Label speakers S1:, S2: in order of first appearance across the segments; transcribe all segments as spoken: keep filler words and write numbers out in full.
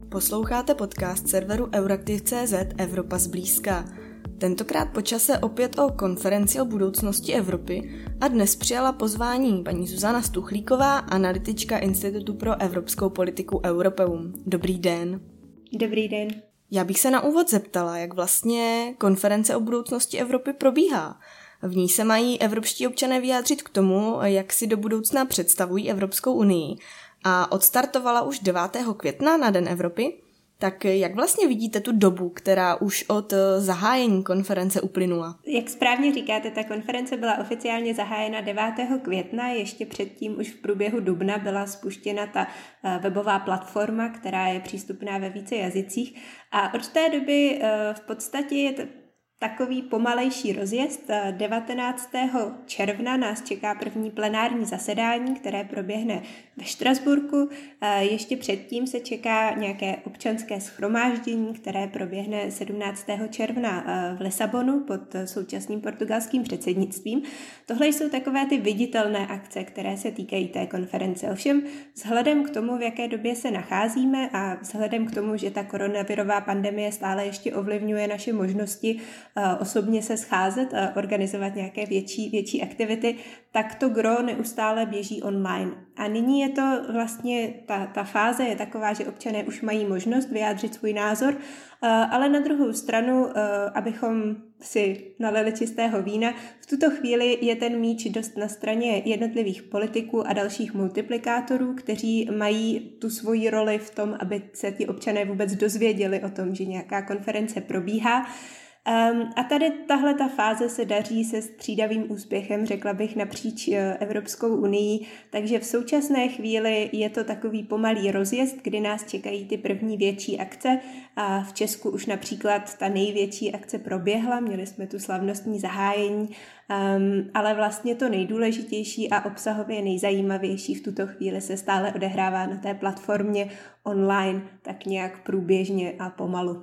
S1: Posloucháte podcast serveru Euraktiv tečka cé zet Evropa zblízka. Tentokrát po čase opět o konferenci o budoucnosti Evropy a dnes přijala pozvání paní Zuzana Stuchlíková, analytička Institutu pro evropskou politiku Europeum. Dobrý den.
S2: Dobrý den.
S1: Já bych se na úvod zeptala, jak vlastně konference o budoucnosti Evropy probíhá. V ní se mají evropští občané vyjádřit k tomu, jak si do budoucna představují Evropskou unii. A odstartovala už devátého května na Den Evropy. Tak jak vlastně vidíte tu dobu, která už od zahájení konference uplynula?
S2: Jak správně říkáte, ta konference byla oficiálně zahájena devátého května, ještě předtím už v průběhu dubna byla spuštěna ta webová platforma, která je přístupná ve více jazycích. A od té doby v podstatě je to takový pomalejší rozjezd. devatenáctého června nás čeká první plenární zasedání, které proběhne ve Štrasburku. Ještě předtím se čeká nějaké občanské shromáždění, které proběhne sedmnáctého června v Lisabonu pod současným portugalským předsednictvím. Tohle jsou takové ty viditelné akce, které se týkají té konference. Ovšem vzhledem k tomu, v jaké době se nacházíme a vzhledem k tomu, že ta koronavirová pandemie stále ještě ovlivňuje naše možnosti osobně se scházet a organizovat nějaké větší, větší aktivity, tak to gro neustále běží online. A nyní je to vlastně, ta, ta fáze je taková, že občané už mají možnost vyjádřit svůj názor, ale na druhou stranu, abychom si nalili čistého vína, v tuto chvíli je ten míč dost na straně jednotlivých politiků a dalších multiplikátorů, kteří mají tu svoji roli v tom, aby se ti občané vůbec dozvěděli o tom, že nějaká konference probíhá. Um, a tady tahle ta fáze se daří se střídavým úspěchem, řekla bych, napříč Evropskou unii, takže v současné chvíli je to takový pomalý rozjezd, kdy nás čekají ty první větší akce a v Česku už například ta největší akce proběhla, měli jsme tu slavnostní zahájení, um, ale vlastně to nejdůležitější a obsahově nejzajímavější v tuto chvíli se stále odehrává na té platformě online, tak nějak průběžně a pomalu.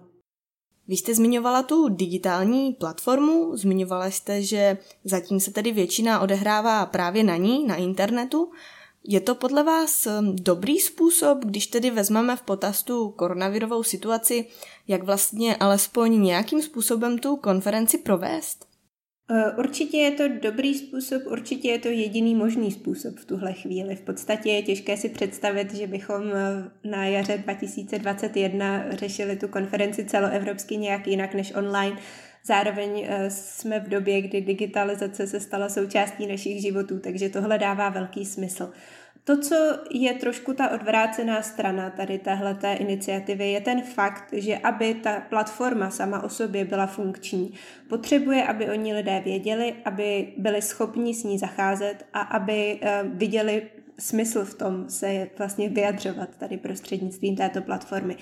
S1: Vy jste zmiňovala tu digitální platformu, zmiňovala jste, že zatím se tedy většina odehrává právě na ní, na internetu. Je to podle vás dobrý způsob, když tedy vezmeme v potaz tu koronavirovou situaci, jak vlastně alespoň nějakým způsobem tu konferenci provést?
S2: Určitě je to dobrý způsob, určitě je to jediný možný způsob v tuhle chvíli. V podstatě je těžké si představit, že bychom na jaře dva tisíce dvacet jedna řešili tu konferenci celoevropsky nějak jinak než online. Zároveň jsme v době, kdy digitalizace se stala součástí našich životů, takže tohle dává velký smysl. To, co je trošku ta odvrácená strana tady téhleté iniciativy, je ten fakt, že aby ta platforma sama o sobě byla funkční, potřebuje, aby o ní lidé věděli, aby byli schopni s ní zacházet a aby viděli smysl v tom se vlastně vyjadřovat tady prostřednictvím této platformy.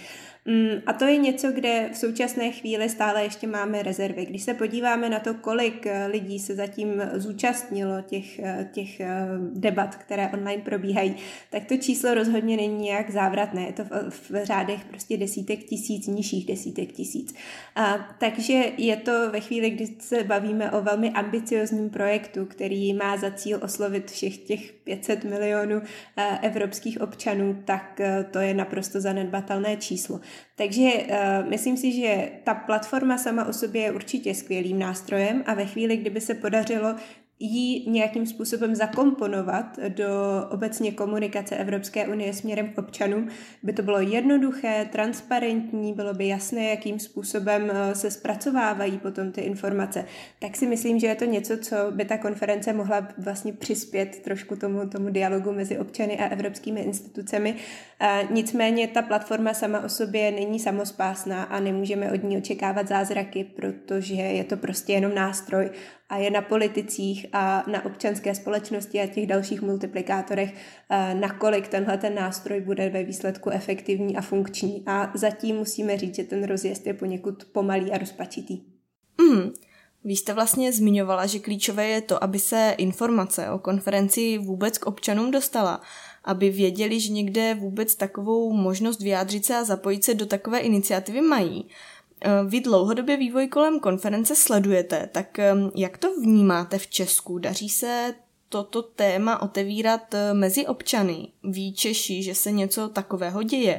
S2: A to je něco, kde v současné chvíli stále ještě máme rezervy. Když se podíváme na to, kolik lidí se zatím zúčastnilo těch, těch debat, které online probíhají, tak to číslo rozhodně není nějak závratné. Je to v, v řádech prostě desítek tisíc, nižších desítek tisíc. A, takže je to ve chvíli, kdy se bavíme o velmi ambiciozním projektu, který má za cíl oslovit všech těch pět set milionů evropských občanů, tak to je naprosto zanedbatelné číslo. Takže uh, myslím si, že ta platforma sama o sobě je určitě skvělým nástrojem a ve chvíli, kdyby se podařilo jí nějakým způsobem zakomponovat do obecně komunikace Evropské unie směrem k občanům, by to bylo jednoduché, transparentní, bylo by jasné, jakým způsobem se zpracovávají potom ty informace, tak si myslím, že je to něco, co by ta konference mohla vlastně přispět trošku tomu, tomu dialogu mezi občany a evropskými institucemi. A nicméně ta platforma sama o sobě není samospásná a nemůžeme od ní očekávat zázraky, protože je to prostě jenom nástroj a je na politicích a na občanské společnosti a těch dalších multiplikátorech, nakolik tenhle ten nástroj bude ve výsledku efektivní a funkční. A zatím musíme říct, že ten rozjezd je poněkud pomalý a rozpačitý.
S1: Mm. Vy jste vlastně zmiňovala, že klíčové je to, aby se informace o konferenci vůbec k občanům dostala, aby věděli, že někde vůbec takovou možnost vyjádřit se a zapojit se do takové iniciativy mají. Vy dlouhodobě vývoj kolem konference sledujete, tak jak to vnímáte v Česku? Daří se toto téma otevírat mezi občany? Ví Češi, že se něco takového děje?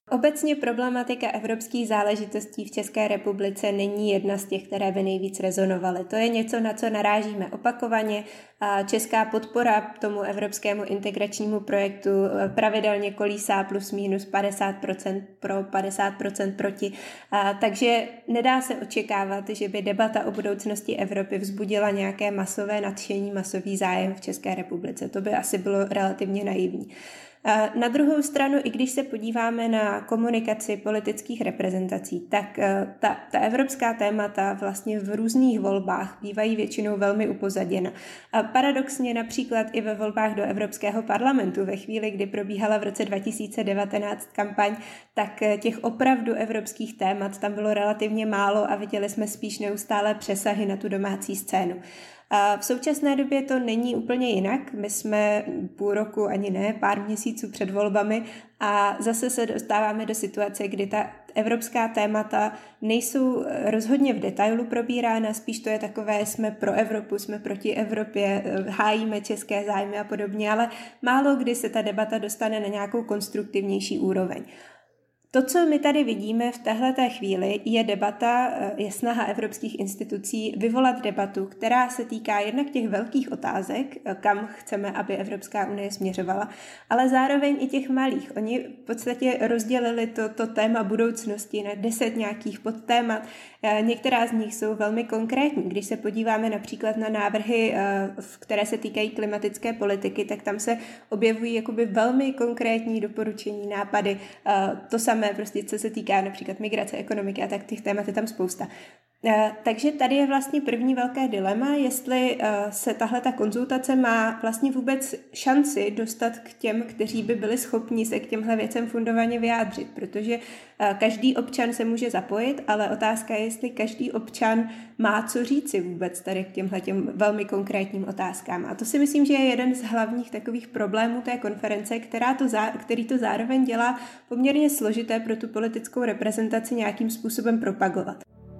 S2: Obecně problematika evropských záležitostí v České republice není jedna z těch, které by nejvíc rezonovaly. To je něco, na co narážíme opakovaně. A česká podpora tomu evropskému integračnímu projektu pravidelně kolísá plus minus padesát procent pro, padesát procent proti. A takže nedá se očekávat, že by debata o budoucnosti Evropy vzbudila nějaké masové nadšení, masový zájem v České republice. To by asi bylo relativně naivní. Na druhou stranu, i když se podíváme na komunikaci politických reprezentací, tak ta, ta evropská témata vlastně v různých volbách bývají většinou velmi upozaděna. A paradoxně například i ve volbách do Evropského parlamentu, ve chvíli, kdy probíhala v roce dva tisíce devatenáct kampaň, tak těch opravdu evropských témat tam bylo relativně málo a viděli jsme spíš neustále přesahy na tu domácí scénu. A v současné době to není úplně jinak. My jsme půl roku, ani ne, pár měsíců před volbami a zase se dostáváme do situace, kdy ta evropská témata nejsou rozhodně v detailu probírána, spíš to je takové, jsme pro Evropu, jsme proti Evropě, hájíme české zájmy a podobně, ale málo kdy se ta debata dostane na nějakou konstruktivnější úroveň. To, co my tady vidíme v téhleté chvíli, je debata, je snaha evropských institucí vyvolat debatu, která se týká jednak těch velkých otázek, kam chceme, aby Evropská unie směřovala, ale zároveň i těch malých. Oni v podstatě rozdělili to, to téma budoucnosti na deset nějakých podtémat. Některá z nich jsou velmi konkrétní. Když se podíváme například na návrhy, které se týkají klimatické politiky, tak tam se objevují jakoby velmi konkrétní doporučení, nápady. To samé prostě, co se týká například migrace, ekonomiky a tak těch témat je tam spousta. Takže tady je vlastně první velké dilema, jestli se tahle ta konzultace má vlastně vůbec šanci dostat k těm, kteří by byli schopni se k těmhle věcem fundovaně vyjádřit, protože každý občan se může zapojit, ale otázka je, jestli každý občan má co říci vůbec tady k těmhle těm velmi konkrétním otázkám. A to si myslím, že je jeden z hlavních takových problémů té konference, která to zá, který to zároveň dělá poměrně složité pro tu politickou reprezentaci nějakým způsobem propagovat.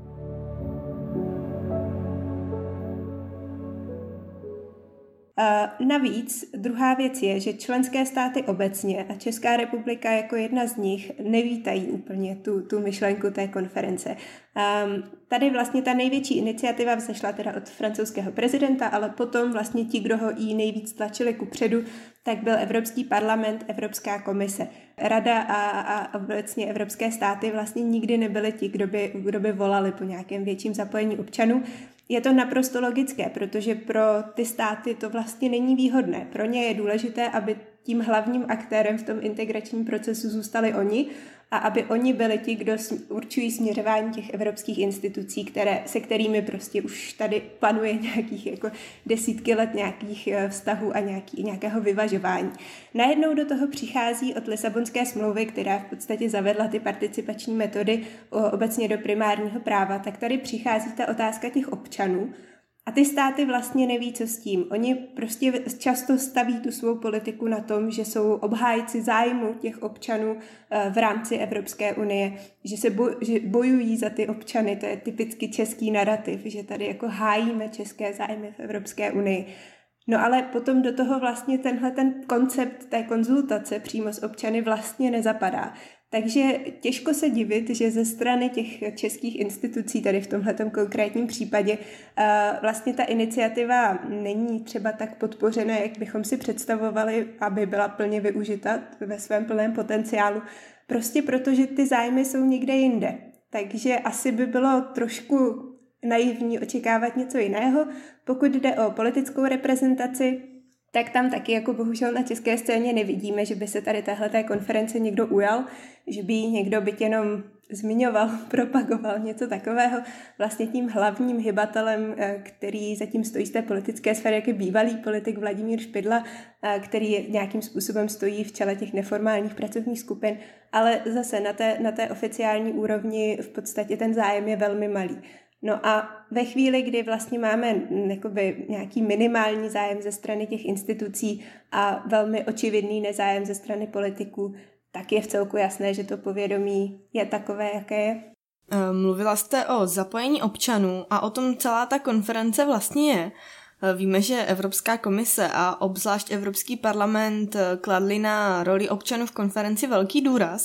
S2: Uh, navíc druhá věc je, že členské státy obecně a Česká republika jako jedna z nich nevítají úplně tu, tu myšlenku té konference. Um, tady vlastně ta největší iniciativa vzešla teda od francouzského prezidenta, ale potom vlastně ti, kdo ho jí nejvíc tlačili kupředu, tak byl Evropský parlament, Evropská komise. Rada a, a obecně evropské státy vlastně nikdy nebyly ti, kdo by, kdo by volali po nějakém větším zapojení občanů. Je to naprosto logické, protože pro ty státy to vlastně není výhodné. Pro ně je důležité, aby tím hlavním aktérem v tom integračním procesu zůstali oni a aby oni byli ti, kdo určují směřování těch evropských institucí, které, se kterými prostě už tady panuje nějakých jako desítky let nějakých vztahů a nějaký, nějakého vyvažování. Najednou do toho přichází od Lisabonské smlouvy, která v podstatě zavedla ty participační metody obecně do primárního práva, tak tady přichází ta otázka těch občanů. A ty státy vlastně neví, co s tím. Oni prostě často staví tu svou politiku na tom, že jsou obhájci zájmu těch občanů v rámci Evropské unie, že se boj, že bojují za ty občany, to je typicky český narrativ, že tady jako hájíme české zájmy v Evropské unii. No ale potom do toho vlastně tenhle ten koncept té konzultace přímo s občany vlastně nezapadá. Takže těžko se divit, že ze strany těch českých institucí, tady v tomhletom konkrétním případě, vlastně ta iniciativa není třeba tak podpořená, jak bychom si představovali, aby byla plně využita ve svém plném potenciálu. Prostě protože ty zájmy jsou někde jinde. Takže asi by bylo trošku naivní očekávat něco jiného. Pokud jde o politickou reprezentaci, tak tam taky jako bohužel na české scéně nevidíme, že by se tady téhleté konference někdo ujal, že by ji někdo byť jenom zmiňoval, propagoval něco takového. Vlastně tím hlavním hybatelem, který zatím stojí z té politické sféry, jak je bývalý politik Vladimír Špidla, který nějakým způsobem stojí v čele těch neformálních pracovních skupin, ale zase na té, na té oficiální úrovni v podstatě ten zájem je velmi malý. No a ve chvíli, kdy vlastně máme jakoby nějaký minimální zájem ze strany těch institucí a velmi očividný nezájem ze strany politiků, tak je v celku jasné, že to povědomí je takové, jaké je.
S1: Mluvila jste o zapojení občanů a o tom celá ta konference vlastně je. Víme, že Evropská komise a obzvlášť Evropský parlament kladli na roli občanů v konferenci velký důraz.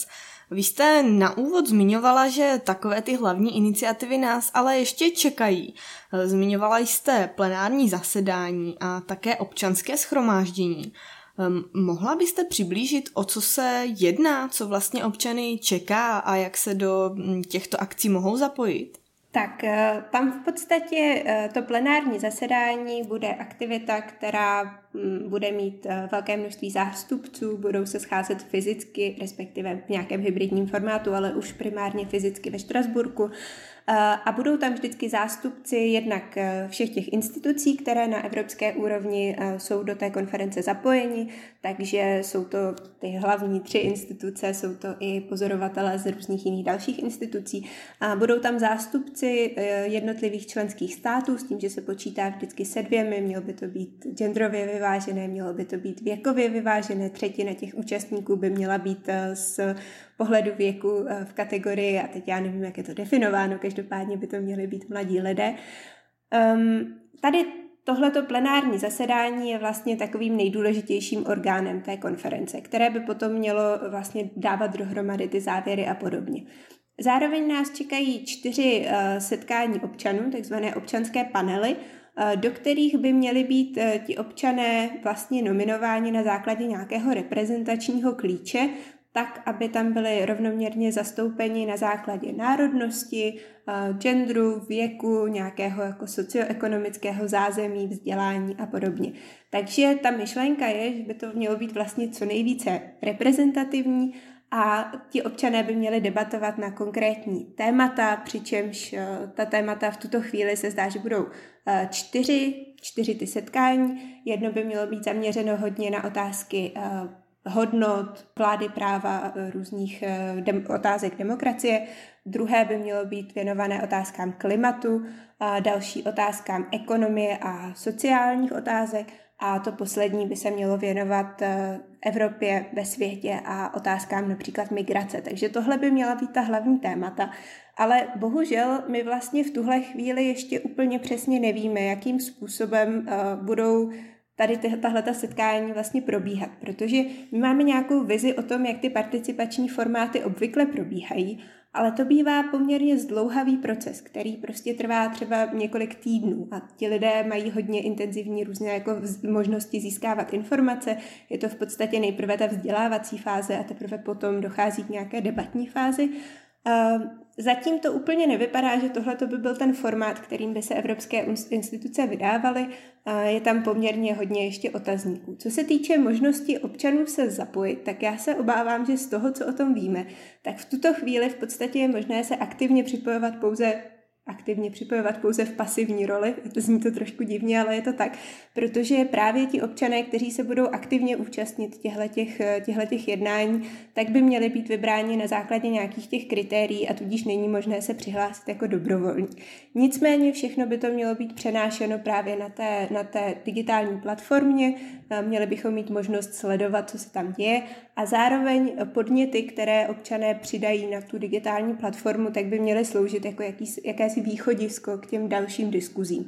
S1: Vy jste na úvod zmiňovala, že takové ty hlavní iniciativy nás ale ještě čekají. Zmiňovala jste plenární zasedání a také občanské shromáždění. Mohla byste přiblížit, o co se jedná, co vlastně občany čeká a jak se do těchto akcí mohou zapojit?
S2: Tak tam v podstatě to plenární zasedání bude aktivita, která bude mít velké množství zástupců, budou se scházet fyzicky, respektive v nějakém hybridním formátu, ale už primárně fyzicky ve Štrasburku. A budou tam vždycky zástupci jednak všech těch institucí, které na evropské úrovni jsou do té konference zapojeni, takže jsou to ty hlavní tři instituce, jsou to i pozorovatelé z různých jiných dalších institucí. A budou tam zástupci jednotlivých členských států s tím, že se počítá vždycky se dvěmi, mělo by to být genderově vyvážené, mělo by to být věkově vyvážené, třetina těch účastníků by měla být z pohledu věku v kategorii, a teď já nevím, jak je to definováno, každopádně by to měly být mladí lidé. Um, tady tohleto plenární zasedání je vlastně takovým nejdůležitějším orgánem té konference, které by potom mělo vlastně dávat dohromady ty závěry a podobně. Zároveň nás čekají čtyři uh, setkání občanů, takzvané občanské panely, uh, do kterých by měli být uh, ti občané vlastně nominováni na základě nějakého reprezentačního klíče, tak, aby tam byli rovnoměrně zastoupeni na základě národnosti, genderu, věku, nějakého jako socioekonomického zázemí, vzdělání a podobně. Takže ta myšlenka je, že by to mělo být vlastně co nejvíce reprezentativní a ti občané by měli debatovat na konkrétní témata, přičemž ta témata v tuto chvíli se zdá, že budou čtyři, čtyři ty setkání. Jedno by mělo být zaměřeno hodně na otázky hodnot, vlády práva, různých dem- otázek demokracie. Druhé by mělo být věnované otázkám klimatu, a další otázkám ekonomie a sociálních otázek a to poslední by se mělo věnovat Evropě ve světě a otázkám například migrace. Takže tohle by měla být ta hlavní témata. Ale bohužel my vlastně v tuhle chvíli ještě úplně přesně nevíme, jakým způsobem budou tady tahleta setkání vlastně probíhat, protože my máme nějakou vizi o tom, jak ty participační formáty obvykle probíhají, ale to bývá poměrně zdlouhavý proces, který prostě trvá třeba několik týdnů a ti lidé mají hodně intenzivní různé jako možnosti získávat informace. Je to v podstatě nejprve ta vzdělávací fáze a teprve potom dochází k nějaké debatní fázi. Zatím to úplně nevypadá, že tohle by byl ten formát, kterým by se evropské instituce vydávaly. Je tam poměrně hodně ještě otazníků. Co se týče možnosti občanů se zapojit, tak já se obávám, že z toho, co o tom víme, tak v tuto chvíli v podstatě je možné se aktivně připojovat pouze aktivně připojovat pouze v pasivní roli, to zní to trošku divně, ale je to tak, protože právě ti občané, kteří se budou aktivně účastnit těchto jednání, tak by měli být vybráni na základě nějakých těch kritérií a tudíž není možné se přihlásit jako dobrovolník. Nicméně všechno by to mělo být přenášeno právě na té, na té digitální platformě, měli bychom mít možnost sledovat, co se tam děje a zároveň podněty, které občané přidají na tu digitální platformu, tak by měly sloužit jako jaký, jakési východisko k těm dalším diskuzím.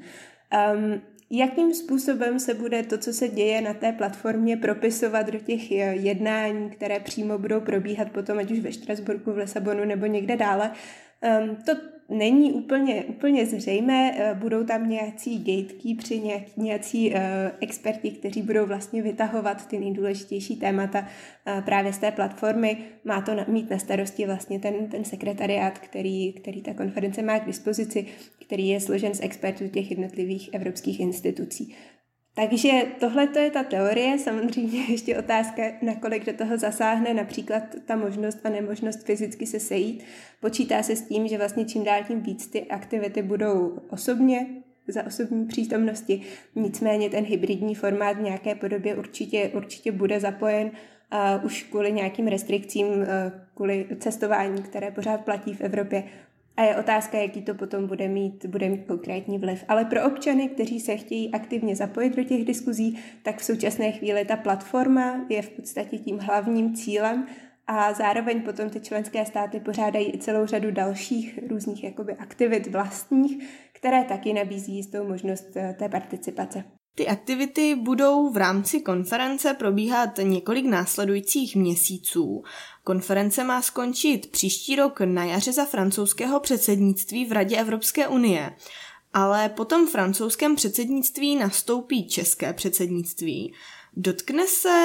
S2: Um, jakým způsobem se bude to, co se děje na té platformě, propisovat do těch jednání, které přímo budou probíhat potom, ať už ve Štrasburku, v Lisabonu nebo někde dále, um, to není úplně, úplně zřejmé, budou tam nějací gatekeepři, nějak, nějací uh, experti, kteří budou vlastně vytahovat ty nejdůležitější témata uh, právě z té platformy. Má to na, mít na starosti vlastně ten, ten sekretariát, který, který ta konference má k dispozici, který je složen z expertů těch jednotlivých evropských institucí. Takže tohle je ta teorie, samozřejmě ještě otázka, nakolik do toho zasáhne například ta možnost a nemožnost fyzicky se sejít. Počítá se s tím, že vlastně čím dál tím víc ty aktivity budou osobně, za osobní přítomnosti, nicméně ten hybridní formát v nějaké podobě určitě, určitě bude zapojen uh, už kvůli nějakým restrikcím, uh, kvůli cestování, které pořád platí v Evropě. A je otázka, jaký to potom bude mít, bude mít konkrétní vliv. Ale pro občany, kteří se chtějí aktivně zapojit do těch diskuzí, tak v současné chvíli ta platforma je v podstatě tím hlavním cílem a zároveň potom ty členské státy pořádají i celou řadu dalších různých jakoby aktivit vlastních, které taky nabízí jistou možnost té participace.
S1: Ty aktivity budou v rámci konference probíhat několik následujících měsíců. Konference má skončit příští rok na jaře za francouzského předsednictví v Radě Evropské unie, ale po tom francouzském předsednictví nastoupí české předsednictví. Dotkne se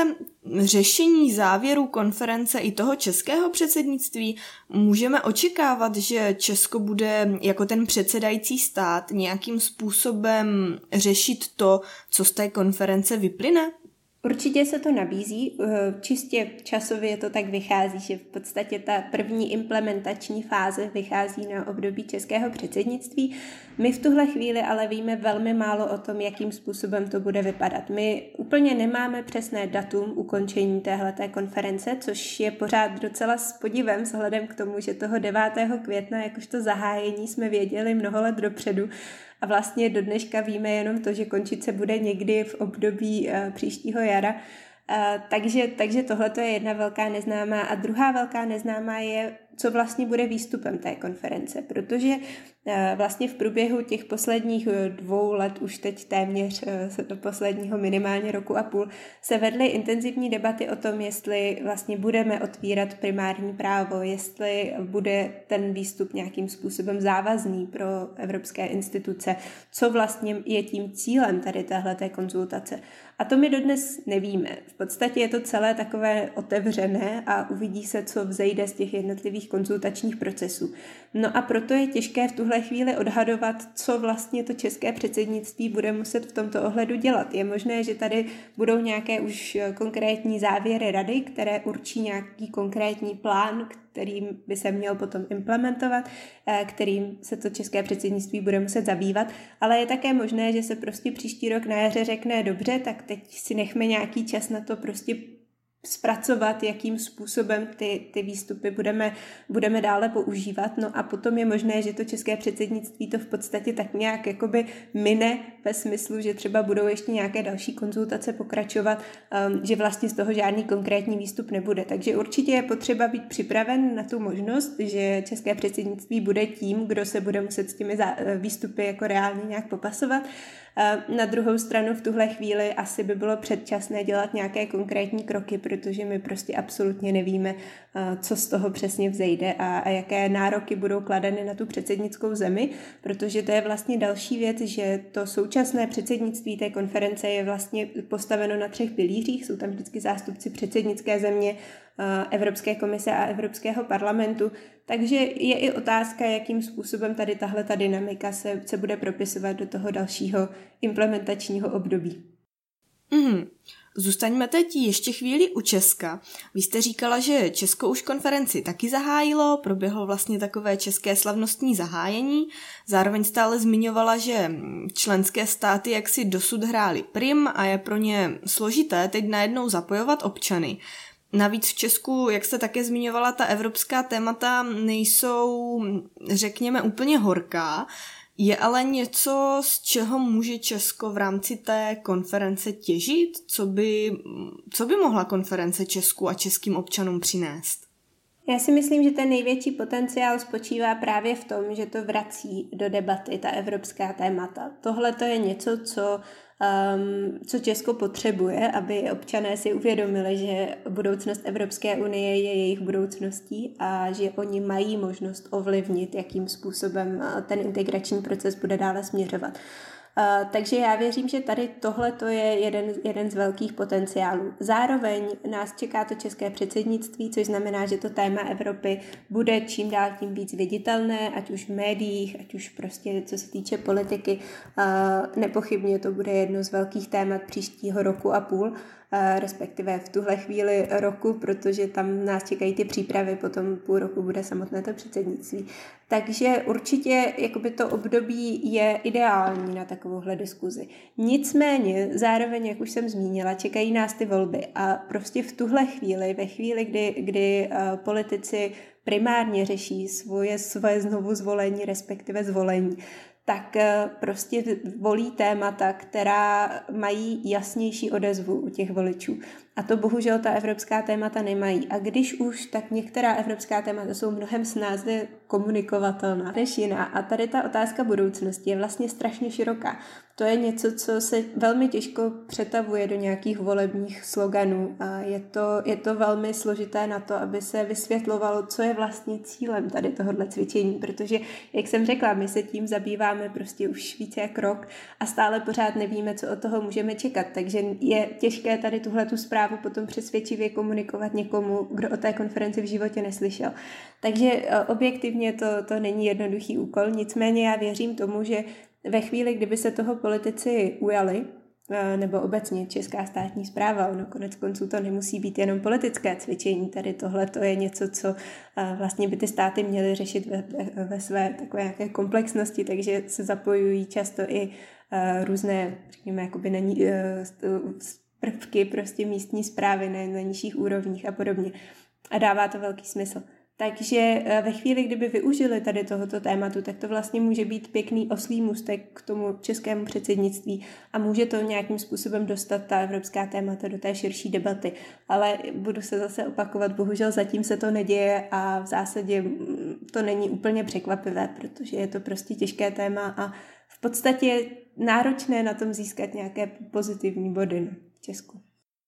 S1: řešení závěrů konference i toho českého předsednictví? Můžeme očekávat, že Česko bude jako ten předsedající stát nějakým způsobem řešit to, co z té konference vyplyne?
S2: Určitě se to nabízí, čistě časově to tak vychází, že v podstatě ta první implementační fáze vychází na období českého předsednictví. My v tuhle chvíli ale víme velmi málo o tom, jakým způsobem to bude vypadat. My úplně nemáme přesné datum ukončení téhleté konference, což je pořád docela s podivem vzhledem k tomu, že toho devátého května jakožto zahájení jsme věděli mnoho let dopředu. A vlastně do dneška víme jenom to, že končit se bude někdy v období uh, příštího jara. Uh, takže, takže tohle je jedna velká neznámá. A druhá velká neznámá je, co vlastně bude výstupem té konference. Protože uh, vlastně v průběhu těch posledních dvou let, už teď téměř uh, do posledního minimálně roku a půl, se vedly intenzivní debaty o tom, jestli vlastně budeme otvírat primární právo, jestli bude ten výstup nějakým způsobem závazný pro evropské instituce, co vlastně je tím cílem tady téhleté konzultace. A to my dodnes nevíme. V podstatě je to celé takové otevřené a uvidí se, co vzejde z těch jednotlivých konzultačních procesů. No a proto je těžké v tuhle chvíli odhadovat, co vlastně to české předsednictví bude muset v tomto ohledu dělat. Je možné, že tady budou nějaké už konkrétní závěry rady, které určí nějaký konkrétní plán, kterým by se měl potom implementovat, kterým se to české předsednictví bude muset zabývat, ale je také možné, že se prostě příští rok na jaře řekne dobře, tak teď si nechme nějaký čas na to prostě zpracovat, jakým způsobem ty, ty výstupy budeme, budeme dále používat. No a potom je možné, že to české předsednictví to v podstatě tak nějak jakoby mine ve smyslu, že třeba budou ještě nějaké další konzultace pokračovat, um, že vlastně z toho žádný konkrétní výstup nebude. Takže určitě je potřeba být připraven na tu možnost, že české předsednictví bude tím, kdo se bude muset s těmi výstupy jako reálně nějak popasovat. Na druhou stranu v tuhle chvíli asi by bylo předčasné dělat nějaké konkrétní kroky, protože my prostě absolutně nevíme, co z toho přesně vzejde a, a jaké nároky budou kladeny na tu předsednickou zemi, protože to je vlastně další věc, že to současné předsednictví té konference je vlastně postaveno na třech pilířích. Jsou tam vždycky zástupci předsednické země, Evropské komise a Evropského parlamentu. Takže je i otázka, jakým způsobem tady tahle ta dynamika se, se bude propisovat do toho dalšího implementačního období.
S1: Mm. Zůstaňme teď ještě chvíli u Česka. Vy jste říkala, že Česko už konferenci taky zahájilo, proběhlo vlastně takové české slavnostní zahájení. Zároveň stále zmiňovala, že členské státy jaksi dosud hrály prim a je pro ně složité teď najednou zapojovat občany. Navíc v Česku, jak jste také zmiňovala, ta evropská témata nejsou, řekněme, úplně horká. Je ale něco, z čeho může Česko v rámci té konference těžit? Co by, co by mohla konference Česku a českým občanům přinést?
S2: Já si myslím, že ten největší potenciál spočívá právě v tom, že to vrací do debaty ta evropská témata. Tohle to je něco, co, um, co Česko potřebuje, aby občané si uvědomili, že budoucnost Evropské unie je jejich budoucností a že oni mají možnost ovlivnit, jakým způsobem ten integrační proces bude dále směřovat. Uh, takže já věřím, že tady tohle to je jeden, jeden z velkých potenciálů. Zároveň nás čeká to české předsednictví, což znamená, že to téma Evropy bude čím dál tím víc viditelné, ať už v médiích, ať už prostě co se týče politiky. Uh, nepochybně to bude jedno z velkých témat příštího roku a půl, respektive v tuhle chvíli roku, protože tam nás čekají ty přípravy, potom půl roku bude samotné to předsednictví. Takže určitě jakoby to období je ideální na takovouhle diskuzi. Nicméně, zároveň, jak už jsem zmínila, čekají nás ty volby a prostě v tuhle chvíli, ve chvíli, kdy, kdy uh, politici primárně řeší svoje, svoje znovu zvolení, respektive zvolení, tak prostě volí témata, která mají jasnější odezvu u těch voličů. A to bohužel ta evropská témata nemají. A když už, tak některá evropská témata jsou mnohem snáze komunikovatelná než jiná. A tady ta otázka budoucnosti je vlastně strašně široká. To je něco, co se velmi těžko přetavuje do nějakých volebních sloganů. A je to, je to velmi složité na to, aby se vysvětlovalo, co je vlastně cílem tady tohohle cvičení. Protože, jak jsem řekla, my se tím zabýváme prostě už více jak rok a stále pořád nevíme, co od toho můžeme čekat. Takže je těžké tady tuhletu zprávu potom přesvědčivě komunikovat někomu, kdo o té konferenci v životě neslyšel. Takže objektivně to, to není jednoduchý úkol, nicméně já věřím tomu, že ve chvíli, kdyby se toho politici ujali, nebo obecně česká státní správa, ono konec konců to nemusí být jenom politické cvičení, tady tohle to je něco, co vlastně by ty státy měly řešit ve, ve své takové nějaké komplexnosti, takže se zapojují často i různé, řekněme, jakoby na ní, prvky prostě místní správy na, na nižších úrovních a podobně. A dává to velký smysl. Takže ve chvíli, kdyby využili tady tohoto tématu, tak to vlastně může být pěkný oslí můstek k tomu českému předsednictví a může to nějakým způsobem dostat ta evropská témata do té širší debaty. Ale budu se zase opakovat, bohužel zatím se to neděje a v zásadě to není úplně překvapivé, protože je to prostě těžké téma a v podstatě náročné na tom získat nějaké pozitivní body v Česku.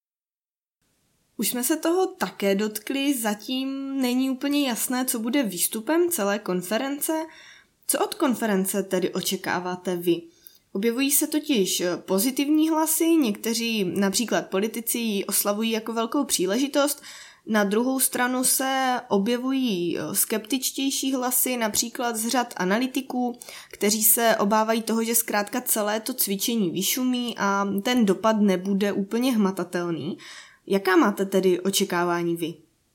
S1: Už jsme se toho také dotkli, zatím není úplně jasné, co bude výstupem celé konference. Co od konference tedy očekáváte vy? Objevují se totiž pozitivní hlasy, někteří například politici ji oslavují jako velkou příležitost, na druhou stranu se objevují skeptičtější hlasy, například z řad analytiků, kteří se obávají toho, že zkrátka celé to cvičení vyšumí a ten dopad nebude úplně hmatatelný. Jaká máte tedy očekávání vy?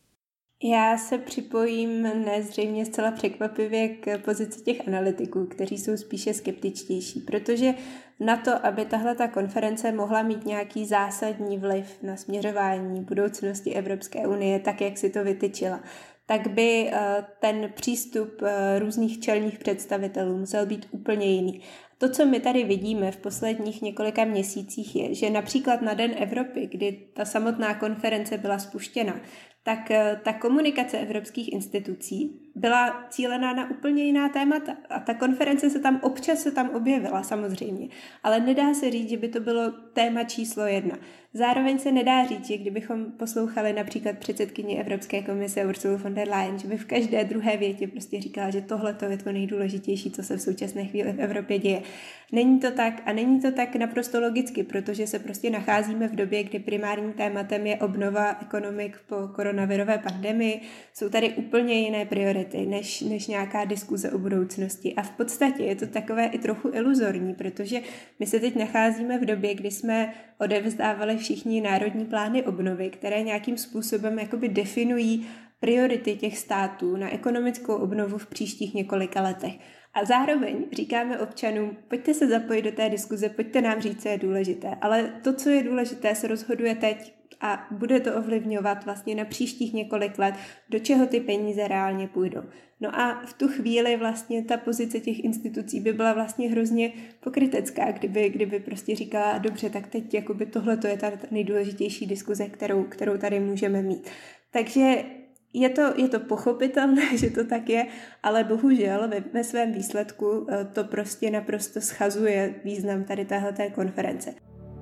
S2: Já se připojím nezřejmě zcela překvapivě k pozici těch analytiků, kteří jsou spíše skeptičtější, protože na to, aby tahle ta konference mohla mít nějaký zásadní vliv na směřování budoucnosti Evropské unie, tak jak si to vytyčila, tak by ten přístup různých čelních představitelů musel být úplně jiný. To, co my tady vidíme v posledních několika měsících, je, že například na Den Evropy, kdy ta samotná konference byla spuštěna, tak ta komunikace evropských institucí byla cílená na úplně jiná témata. A ta konference se tam občas se tam objevila samozřejmě, ale nedá se říct, že by to bylo téma číslo jedna. Zároveň se nedá říct, že kdybychom poslouchali například předsedkyni Evropské komise Ursulu von der Leyen, že by v každé druhé větě prostě říkala, že tohle je to nejdůležitější, co se v současné chvíli v Evropě děje. Není to tak a není to tak naprosto logicky, protože se prostě nacházíme v době, kdy primárním tématem je obnova ekonomik po koronavirové pandemii. Jsou tady úplně jiné priority než, než nějaká diskuze o budoucnosti. A v podstatě je to takové i trochu iluzorní, protože my se teď nacházíme v době, kdy jsme odevzdávali všichni národní plány obnovy, které nějakým způsobem jakoby definují priority těch států na ekonomickou obnovu v příštích několika letech. A zároveň říkáme občanům, pojďte se zapojit do té diskuze, pojďte nám říct, co je důležité. Ale to, co je důležité, se rozhoduje teď a bude to ovlivňovat vlastně na příštích několik let, do čeho ty peníze reálně půjdou. No a v tu chvíli vlastně ta pozice těch institucí by byla vlastně hrozně pokrytecká, kdyby, kdyby prostě říkala, dobře, tak teď jakoby tohle to je ta nejdůležitější diskuze, kterou, kterou tady můžeme mít. Takže Je to, je to pochopitelné, že to tak je, ale bohužel ve, ve svém výsledku to prostě naprosto schazuje význam tady téhleté konference.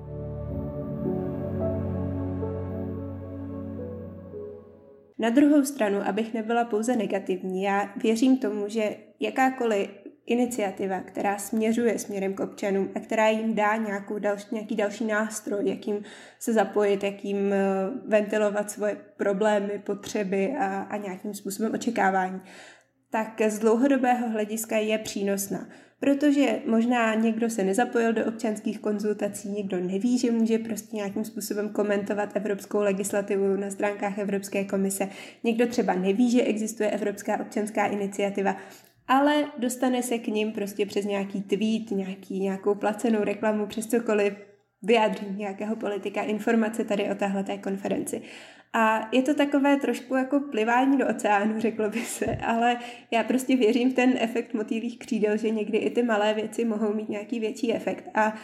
S2: Na druhou stranu, abych nebyla pouze negativní, já věřím tomu, že jakákoliv iniciativa, která směřuje směrem k občanům a která jim dá nějakou další, nějaký další nástroj, jakým se zapojit, jakým ventilovat svoje problémy, potřeby a, a nějakým způsobem očekávání, tak z dlouhodobého hlediska je přínosná. Protože možná někdo se nezapojil do občanských konzultací, někdo neví, že může prostě nějakým způsobem komentovat evropskou legislativu na stránkách Evropské komise, někdo třeba neví, že existuje Evropská občanská iniciativa, ale dostane se k nim prostě přes nějaký tweet, nějaký, nějakou placenou reklamu, přes cokoliv, vyjádření nějakého politika, informace tady o téhleté konferenci. A je to takové trošku jako plivání do oceánu, řeklo by se, ale já prostě věřím v ten efekt motýlých křídel, že někdy i ty malé věci mohou mít nějaký větší efekt. A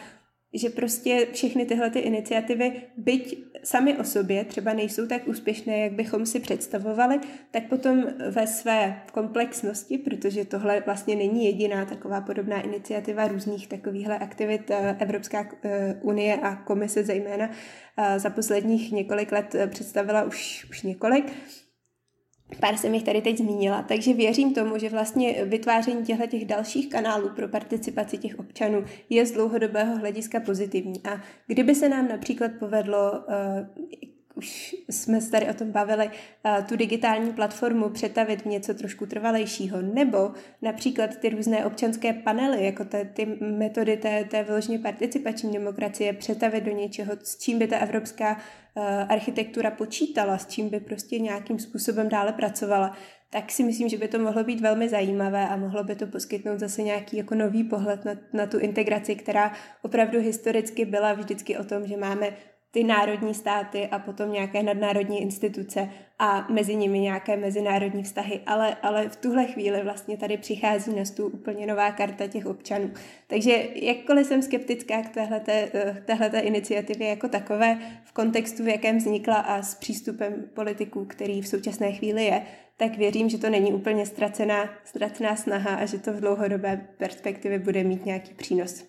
S2: že prostě všechny tyhle ty iniciativy, byť sami o sobě třeba nejsou tak úspěšné, jak bychom si představovali, tak potom ve své komplexnosti, protože tohle vlastně není jediná taková podobná iniciativa různých takovýchhle aktivit Evropská unie a komise zejména za posledních několik let představila už, už několik. Pár jsem jich tady teď zmínila, takže věřím tomu, že vlastně vytváření těchto těch dalších kanálů pro participaci těch občanů je z dlouhodobého hlediska pozitivní. A kdyby se nám například povedlo, uh, už jsme se tady o tom bavili, uh, tu digitální platformu přetavit v něco trošku trvalejšího, nebo například ty různé občanské panely, jako te, ty metody té, té vyloženě participační demokracie přetavit do něčeho, s čím by ta evropská architektura počítala, s čím by prostě nějakým způsobem dále pracovala, tak si myslím, že by to mohlo být velmi zajímavé a mohlo by to poskytnout zase nějaký jako nový pohled na, na tu integraci, která opravdu historicky byla vždycky o tom, že máme ty národní státy a potom nějaké nadnárodní instituce a mezi nimi nějaké mezinárodní vztahy, ale, ale v tuhle chvíli vlastně tady přichází na stůl úplně nová karta těch občanů. Takže jakkoliv jsem skeptická k téhleté, téhleté iniciativě jako takové, v kontextu, v jakém vznikla a s přístupem politiků, který v současné chvíli je, tak věřím, že to není úplně ztracená, ztracená snaha a že to v dlouhodobé perspektivě bude mít nějaký přínos.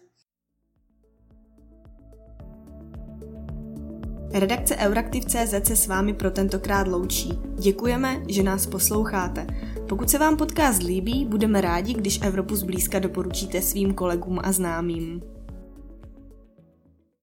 S1: Redakce Euraktiv tečka cé zet se s vámi pro tentokrát loučí. Děkujeme, že nás posloucháte. Pokud se vám podcast líbí, budeme rádi, když Evropu zblízka doporučíte svým kolegům a známým.